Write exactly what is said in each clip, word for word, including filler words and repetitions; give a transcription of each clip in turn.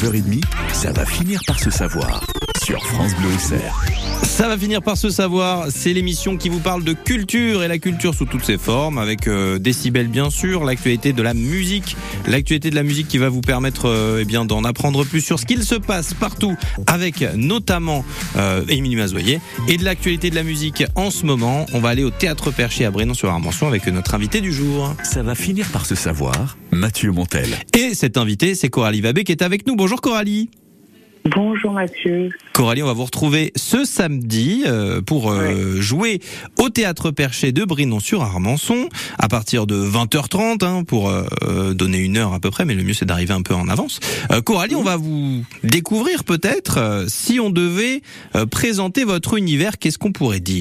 heures trente, ça va finir par se savoir sur France Bleu Auxerre. Ça va finir par se savoir, c'est l'émission qui vous parle de culture et la culture sous toutes ses formes, avec euh, Décibel bien sûr, l'actualité de la musique, l'actualité de la musique qui va vous permettre euh, eh bien d'en apprendre plus sur ce qu'il se passe partout, avec notamment euh, Émilie Mazoyer, et de l'actualité de la musique en ce moment. On va aller au Théâtre Perché à Brénon-sur-Armançon avec notre invité du jour. Ça va finir par se savoir, Mathieu Montel. Et cet invité, c'est Coralie Vabé qui est avec nous. Bonjour Coralie. Bonjour Mathieu. Coralie, on va vous retrouver ce samedi euh, pour euh, ouais. jouer au Théâtre Perché de Brénon-sur-Armançon à partir de vingt heures trente hein, pour euh, donner une heure à peu près, mais le mieux c'est d'arriver un peu en avance. Euh, Coralie, on va vous découvrir peut-être. Euh, si on devait euh, présenter votre univers, qu'est-ce qu'on pourrait dire ?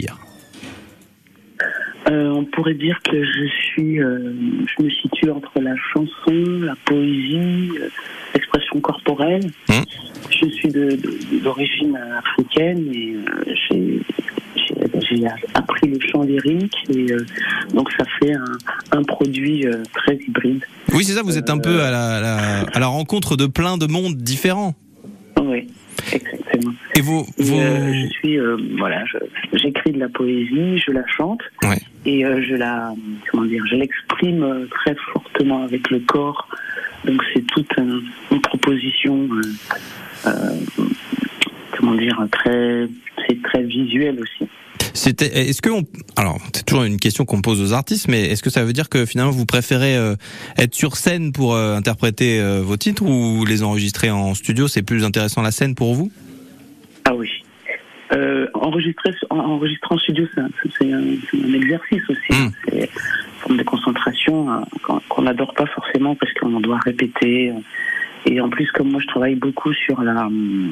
Euh, on pourrait dire que je suis, euh, je me situe entre la chanson, la poésie, euh, l'expression corporelle. Mmh. Je suis de, de, d'origine africaine et euh, j'ai, j'ai, j'ai appris le chant lyrique et euh, donc ça fait un, un produit euh, très hybride. Oui, c'est ça. Vous êtes un euh, peu à la, à la, à la rencontre de plein de mondes différents. Oui. Exactement. Et vous, vous... Et euh, je suis, euh, voilà, je, j'écris de la poésie, je la chante, ouais. et euh, je la, comment dire, je l'exprime euh, très fortement avec le corps. Donc c'est toute un, une proposition, euh, euh, comment dire, très, c'est très visuel aussi. C'était, est-ce que on, alors c'est toujours une question qu'on pose aux artistes, mais est-ce que ça veut dire que finalement vous préférez euh, être sur scène pour euh, interpréter euh, vos titres ou les enregistrer en studio? C'est plus intéressant la scène pour vous? Ah oui. Euh, enregistrer, en, enregistrer en studio, c'est un, c'est un, c'est un exercice aussi. Mmh. C'est une forme de concentration hein, qu'on n'adore pas forcément parce qu'on doit répéter. Et en plus, comme moi, je travaille beaucoup sur la,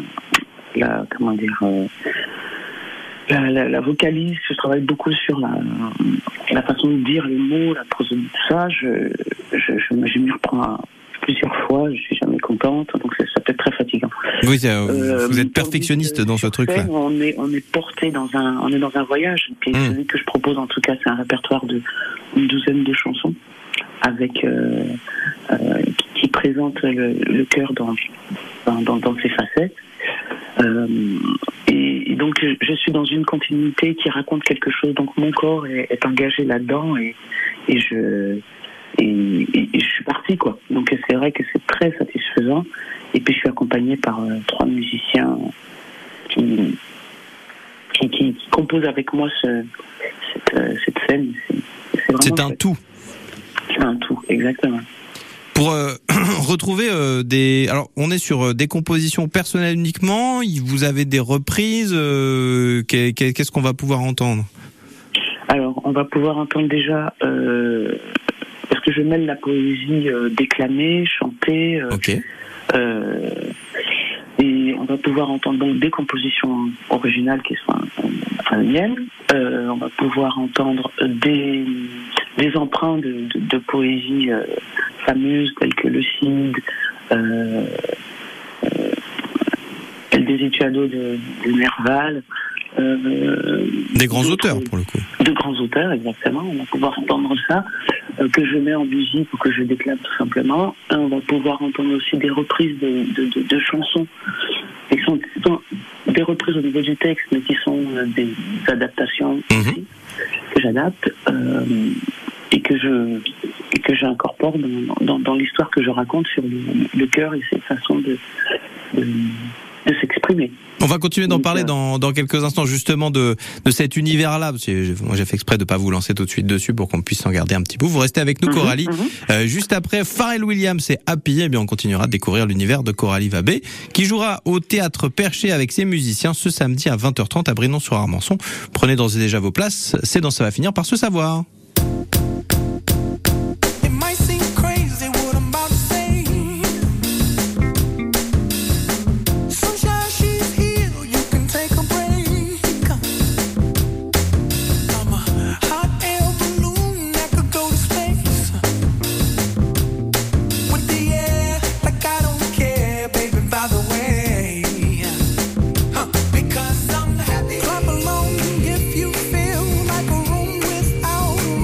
la comment dire. Euh, La, la, la vocalise, je travaille beaucoup sur la, la façon de dire les mots, la prose, tout ça. Je, je, je, je m'y reprends plusieurs fois, je suis jamais contente, donc ça peut être très fatigant. Oui, euh, vous êtes perfectionniste dans ce truc-là. On est, on est porté dans un, on est dans un voyage. Et puis mmh. celui que je propose, en tout cas, c'est un répertoire de une douzaine de chansons avec euh, euh, qui, qui présente le, le cœur dans, dans, dans, dans ses facettes. Euh, et, et donc je suis dans une continuité qui raconte quelque chose, donc mon corps est, est engagé là-dedans et, et je et, et, et je suis partie quoi. Donc c'est vrai que c'est très satisfaisant et puis je suis accompagnée par euh, trois musiciens qui qui, qui qui composent avec moi ce, cette, euh, cette scène. C'est, c'est, c'est un chouette. tout. C'est un tout, exactement. Pour euh, retrouver euh, des... Alors, on est sur euh, des compositions personnelles uniquement. Vous avez des reprises. Euh, qu'est-ce qu'on va pouvoir entendre? Alors, on va pouvoir entendre déjà... Euh, parce que je mêle la poésie euh, déclamée, chantée. Euh, ok. Euh, et on va pouvoir entendre donc des compositions originales qui sont enfin, les miennes. Euh, on va pouvoir entendre des, des emprunts de, de, de poésie euh, fameuses telles que le Cid, euh, euh, El Desiderado de, de Nerval. Euh, des grands auteurs pour le coup. De grands auteurs, exactement. On va pouvoir entendre ça, euh, que je mets en musique ou que je déclame tout simplement. Et on va pouvoir entendre aussi des reprises de, de, de, de chansons qui sont, sont des reprises au niveau du texte, mais qui sont euh, des adaptations mmh. aussi, que j'adapte euh, et que je et que j'incorpore dans, dans, dans l'histoire que je raconte sur le, le cœur et ses façons de, de, de s'exprimer. On va continuer d'en parler dans, dans quelques instants justement de, de cet univers-là. Parce que moi j'ai fait exprès de pas vous lancer tout de suite dessus pour qu'on puisse en garder un petit bout. Vous restez avec nous, mmh, Coralie. Mmh. Euh, juste après Pharrell Williams et Happy, eh bien on continuera de découvrir l'univers de Coralie Vabé, qui jouera au Théâtre Perché avec ses musiciens ce samedi à vingt heures trente à Brénon-sur-Armançon. Prenez d'ores et déjà vos places. C'est dans Ça va finir par se savoir. Clap along if you feel like a room without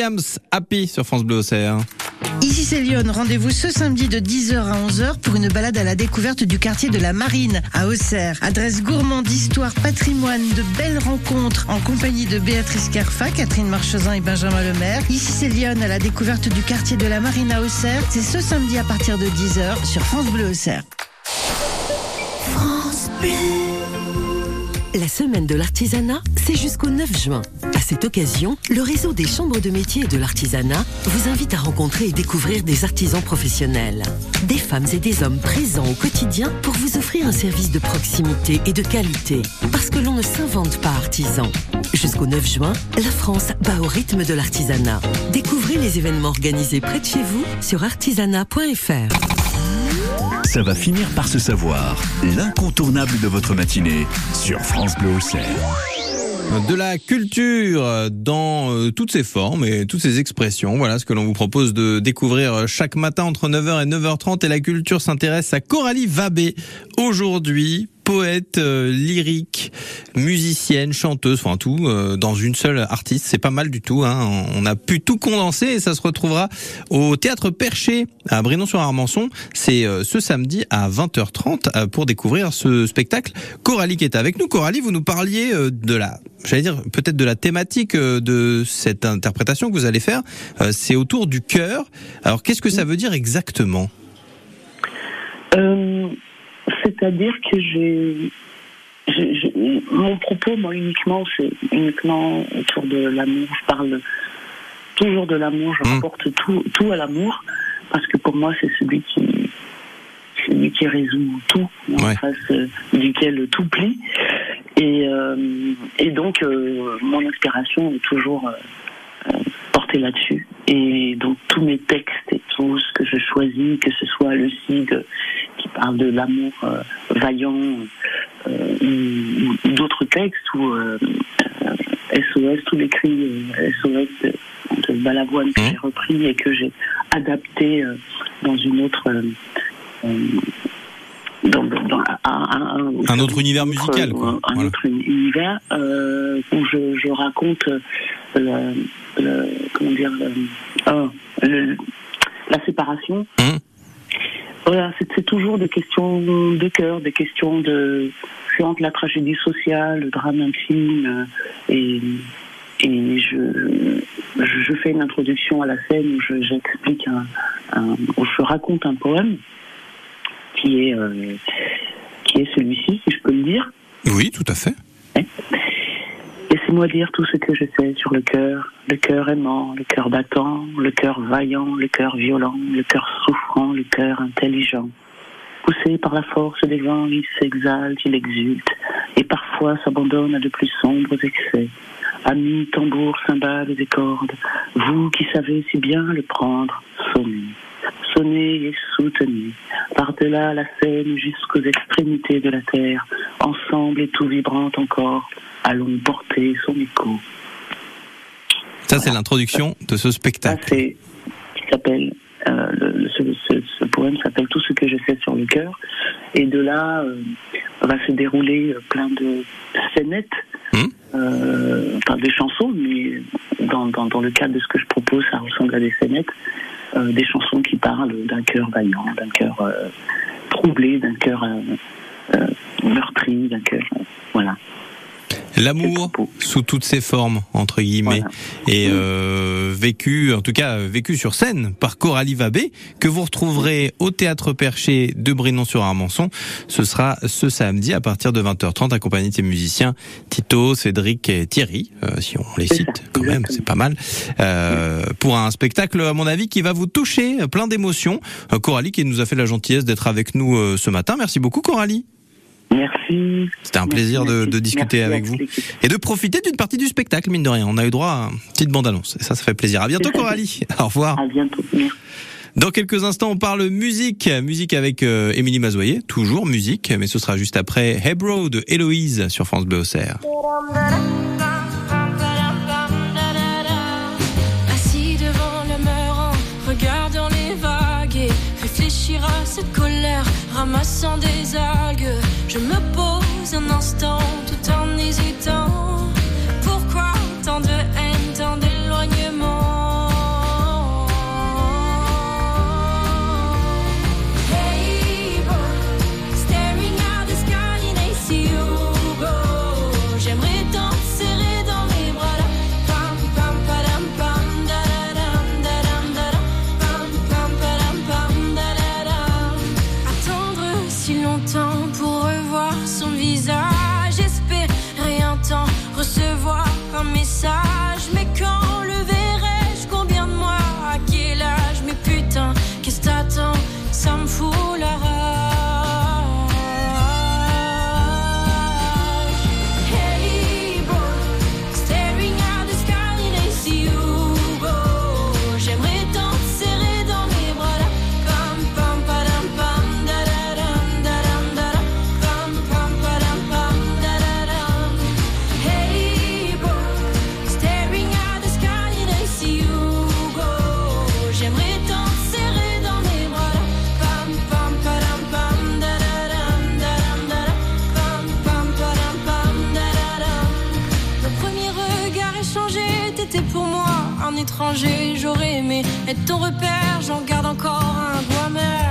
Williams, Happy sur France Bleu Auxerre. Ici c'est Lyon, rendez-vous ce samedi de dix heures à onze heures pour une balade à la découverte du quartier de la Marine à Auxerre. Adresse gourmande, histoire, patrimoine, de belles rencontres en compagnie de Béatrice Kerfa, Catherine Marchezan et Benjamin Lemaire. Ici c'est Lyon, à la découverte du quartier de la Marine à Auxerre. C'est ce samedi à partir de dix heures sur France Bleu Auxerre. France Bleu. La semaine de l'artisanat, c'est jusqu'au neuf juin. À cette occasion, le réseau des chambres de métiers et de l'artisanat vous invite à rencontrer et découvrir des artisans professionnels. Des femmes et des hommes présents au quotidien pour vous offrir un service de proximité et de qualité. Parce que l'on ne s'invente pas artisan. Jusqu'au neuf juin, la France bat au rythme de l'artisanat. Découvrez les événements organisés près de chez vous sur artisanat point f r. Ça va finir par se savoir. L'incontournable de votre matinée sur France Bleu Auxerre. De la culture dans euh, toutes ses formes et toutes ses expressions. Voilà ce que l'on vous propose de découvrir chaque matin entre neuf heures et neuf heures trente. Et la culture s'intéresse à Coralie Vabé. Aujourd'hui, poète, euh, lyrique, musicienne, chanteuse, enfin tout, euh, dans une seule artiste. C'est pas mal du tout, hein. On a pu tout condenser et ça se retrouvera au Théâtre Perché à Brinon-sur-Armançon. C'est euh, ce samedi à vingt heures trente euh, pour découvrir ce spectacle. Coralie qui est avec nous. Coralie, vous nous parliez euh, de la, j'allais dire peut-être de la thématique euh, de cette interprétation que vous allez faire. Euh, c'est autour du cœur. Alors qu'est-ce que ça veut dire exactement ? Euh... C'est-à-dire que j'ai, j'ai, j'ai, mon propos, moi, uniquement, c'est uniquement autour de l'amour. Je parle toujours de l'amour, je rapporte mmh. tout, tout à l'amour, parce que pour moi, c'est celui qui, celui qui résout tout, en ouais. face euh, duquel tout plie. Et, euh, et donc, euh, mon inspiration est toujours euh, portée là-dessus. Et donc, tous mes textes et tout ce que je choisis, que ce soit le Cid qui parle de l'amour euh, vaillant, euh, ou, ou d'autres textes, ou euh, euh, S O S, tous les cris euh, S O S de, de Balavoine que mmh. j'ai repris et que j'ai adapté euh, dans une autre... Euh, euh, dans, dans, un, un, un, un autre univers musical, autre, quoi. Un voilà. autre univers euh, où je, je raconte euh, le, le, comment dire, le, oh, le, la séparation. Mmh. Voilà, c'est, c'est toujours des questions de cœur, des questions de... C'est entre la tragédie sociale, le drame intime, euh, et, et je, je fais une introduction à la scène où je, j'explique un, un... où je raconte un poème qui est, euh, qui est celui-ci, si je peux le dire. Oui, tout à fait. Ouais. Laissez-moi dire tout ce que je sais sur le cœur, le cœur aimant, le cœur battant, le cœur vaillant, le cœur violent, le cœur souffrant, le cœur intelligent. Poussé par la force des vents, il s'exalte, il exulte, et parfois s'abandonne à de plus sombres excès. Amis, tambours, cymbales et cordes, vous qui savez si bien le prendre, sonnez. Sonnez et soutenez, par-delà la scène jusqu'aux extrémités de la terre, ensemble et tout vibrant encore, allons porter son écho. Ça, voilà. C'est l'introduction de ce spectacle. Ça, c'est qui s'appelle, euh, le, ce, ce, ce poème s'appelle Tout ce que je sais sur le cœur, et de là euh, va se dérouler plein de scénettes, mmh. euh, enfin des chansons, mais dans, dans, dans le cadre de ce que je propose, ça ressemble à des scénettes. Euh, des chansons qui parlent d'un cœur vaillant, d'un cœur euh, troublé, d'un cœur euh, euh, meurtri, d'un cœur... Euh, voilà. L'amour sous toutes ses formes, entre guillemets, voilà. Et euh, vécu, en tout cas vécu sur scène par Coralie Vabé, que vous retrouverez au Théâtre Perché de Brinon-sur-Armançon. Ce sera ce samedi à partir de vingt heures trente, accompagné de ses musiciens Tito, Cédric et Thierry, euh, si on les cite ça, quand même, c'est pas mal, euh, pour un spectacle, à mon avis, qui va vous toucher, plein d'émotions. Euh, Coralie qui nous a fait la gentillesse d'être avec nous euh, ce matin. Merci beaucoup, Coralie. Merci. C'était un plaisir merci, de, de discuter merci avec vous et de profiter d'une partie du spectacle, mine de rien. On a eu droit à une petite bande-annonce et ça, ça fait plaisir. À bientôt, Coralie. Au revoir. À bientôt. Merci. Dans quelques instants, on parle musique. Musique avec euh, Émilie Mazoyer. Toujours musique, mais ce sera juste après Hebro de Héloïse sur France Bleu Auxerre. Assis devant le Meurant, regardant les vagues et réfléchir à cette colère, ramassant des algues. Je me pose un instant tout en hésitant. Pourquoi tant de haine, tant d'éloignement? repère, j'en garde encore un goût amer.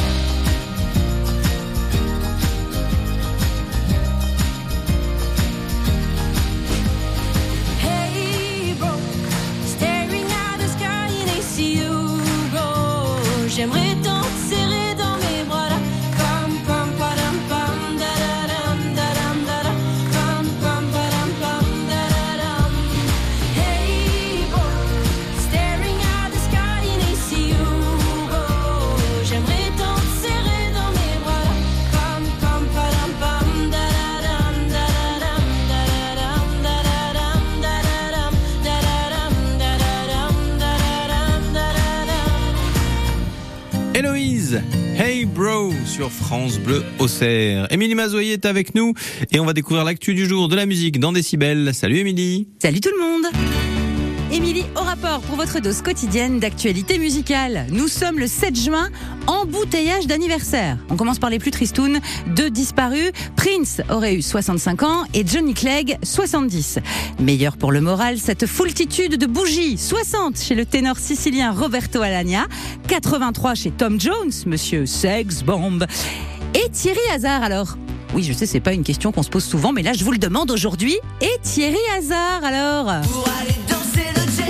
Hey bro, staring at the sky and I see you go. J'aimerais tant te serrer dans mes bras là. Pam pam padam pam da da dam da dam da da. Pam pam padam pam da da dam. Hey bro, staring at the sky and I see you go. J'aimerais tant te serrer dans mes bras là. Pam pam padam pam da da dam da da dam da da dam da da dam da da dam da da dam da da dam da da dam da da dam. Héloïse, Hey Bro sur France Bleu Auxerre. Émilie Mazoyer est avec nous et on va découvrir l'actu du jour de la musique dans Décibel. Salut Émilie. Salut tout le monde. Émilie au rapport pour votre dose quotidienne d'actualité musicale. Nous sommes le sept juin, embouteillage d'anniversaire. On commence par les plus tristounes, deux disparus. Prince aurait eu soixante-cinq ans et Johnny Clegg soixante-dix. Meilleur pour le moral, cette foultitude de bougies. soixante chez le ténor sicilien Roberto Alagna, quatre-vingt-trois chez Tom Jones, monsieur Sex Bomb. Et Thierry Hazard alors. Oui, je sais, c'est pas une question qu'on se pose souvent, mais là je vous le demande aujourd'hui. Et Thierry Hazard alors. Pour aller danser le jet.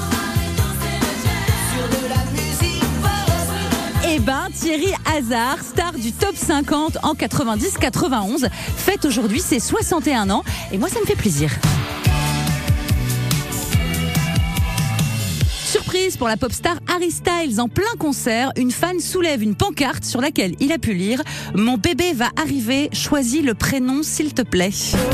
Sur de la musique forte. Eh ben, Thierry Hazard, star du top cinquante en quatre-vingt-dix quatre-vingt-onze, fête aujourd'hui ses soixante et un ans. Et moi, ça me fait plaisir. Surprise pour la pop star Harry Styles, en plein concert, une fan soulève une pancarte sur laquelle il a pu lire « Mon bébé va arriver, choisis le prénom s'il te plaît ».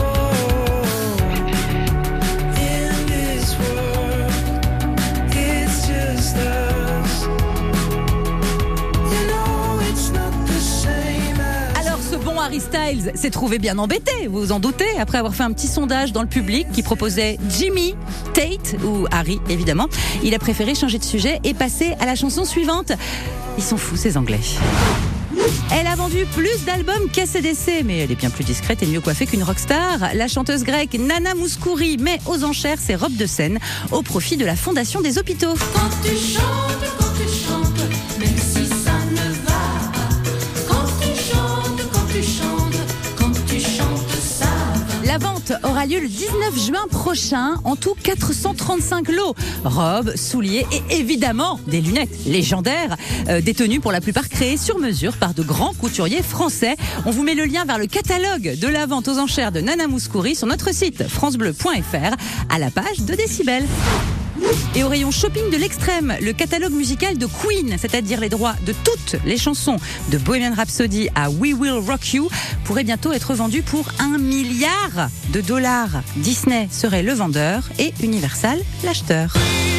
Harry Styles s'est trouvé bien embêté, vous vous en doutez, après avoir fait un petit sondage dans le public qui proposait Jimmy, Tate ou Harry évidemment. Il a préféré changer de sujet et passer à la chanson suivante. Ils sont fous ces Anglais. Elle a vendu plus d'albums qu'A C D C, mais elle est bien plus discrète et mieux coiffée qu'une rockstar. La chanteuse grecque Nana Mouskouri met aux enchères ses robes de scène au profit de la Fondation des Hôpitaux. Quand tu chantes, quand tu chantes, même si ça ne va pas. Quand tu chantes, quand tu chantes, quand tu chantes, ça va. La vente aura lieu le dix-neuf juin prochain. En tout, quatre cent trente-cinq lots. Robes, souliers et évidemment des lunettes légendaires. Euh, des tenues pour la plupart créées sur mesure par de grands couturiers français. On vous met le lien vers le catalogue de la vente aux enchères de Nana Mouskouri sur notre site francebleu point f r à la page de Décibel. Et au rayon shopping de l'extrême, le catalogue musical de Queen, c'est-à-dire les droits de toutes les chansons de Bohemian Rhapsody à We Will Rock You, pourrait bientôt être vendu pour un milliard de dollars. Disney serait le vendeur et Universal l'acheteur.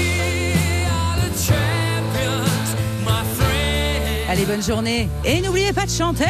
Allez, bonne journée et n'oubliez pas de chanter.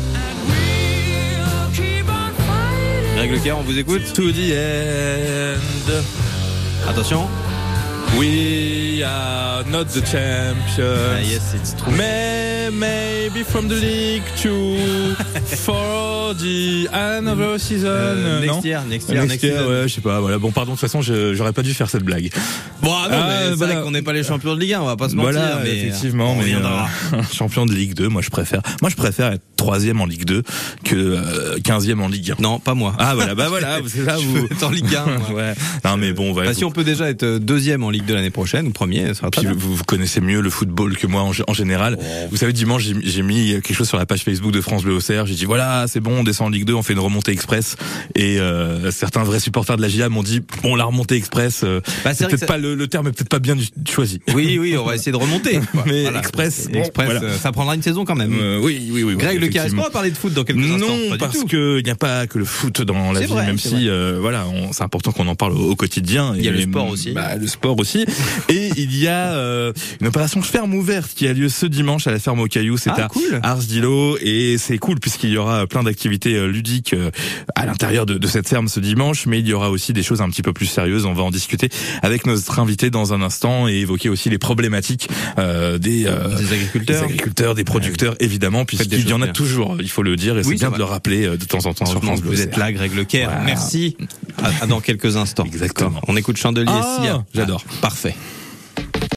Greg Leclerc, on vous écoute. To the end. Attention. We are not the champions. Ah, yes, it's true. May, maybe from the league to for the another season. Euh, next non year, next year, next year, ouais, je sais pas. Voilà. Bon, pardon. De toute façon, je, j'aurais pas dû faire cette blague. Bon, ah non, Ah, mais c'est voilà. vrai qu'on n'est pas les champions de Ligue un, on va pas se mentir. Voilà, mais effectivement, on mais reviendra. euh, champion de Ligue deux, moi je préfère. Moi je préfère être troisième en Ligue deux que euh, quinzième en Ligue un. Non, pas moi. Ah voilà, bah voilà, c'est là Je vous. veux être en Ligue un. moi. Ouais. Non mais bon, ouais, Bah, si on peut déjà être deuxième en Ligue deux l'année prochaine, ou premier, ça sera très Puis bien. vous, vous connaissez mieux le football que moi en, en général. Oh. Vous savez, dimanche, j'ai, j'ai mis quelque chose sur la page Facebook de France Bleu Auxerre. J'ai dit voilà, c'est bon, on descend en Ligue deux, on fait une remontée express. Et euh, certains vrais supporters de la J A m'ont dit bon, la remontée express, euh, Bah, c'est c'est vrai que peut-être pas le, le terme est peut-être pas bien du, choisi. Oui, oui, on va essayer de remonter. quoi. Mais Voilà. express, bon, express, voilà. euh, ça prendra une saison quand même. Euh, oui, oui, oui. Greg oui, Leclerc, est-ce qu'on va parler de foot dans quelques instants? Non, Pas du parce tout. que il n'y a pas que le foot dans la C'est vie, vrai, même c'est si euh, voilà, on, c'est important qu'on en parle au, au quotidien. Il y a Et, le sport aussi. Bah, le sport aussi. Et il y a euh, une opération ferme ouverte qui a lieu ce dimanche à la ferme au Caillou. C'est Ah, à cool. Ars-Dilo et c'est cool puisqu'il y aura plein d'activités euh, ludiques euh, à l'intérieur de, de cette ferme ce dimanche, mais il y aura aussi des choses un petit peu plus sérieuses. On va en discuter avec notre invité dans un instant et évoquer aussi les problématiques euh, des, euh, Des agriculteurs. des agriculteurs, des producteurs, évidemment, Faites des puisqu'il y en choses a bien. toujours. Il faut le dire et Oui, c'est bien c'est de le vrai. rappeler euh, de temps en temps sur Heureusement France que Bleu. vous êtes là, Greg Leclerc. Voilà. Merci. À, à dans quelques instants. Exactement. On écoute Chandelier Ah, Sia. j'adore. Ah, parfait.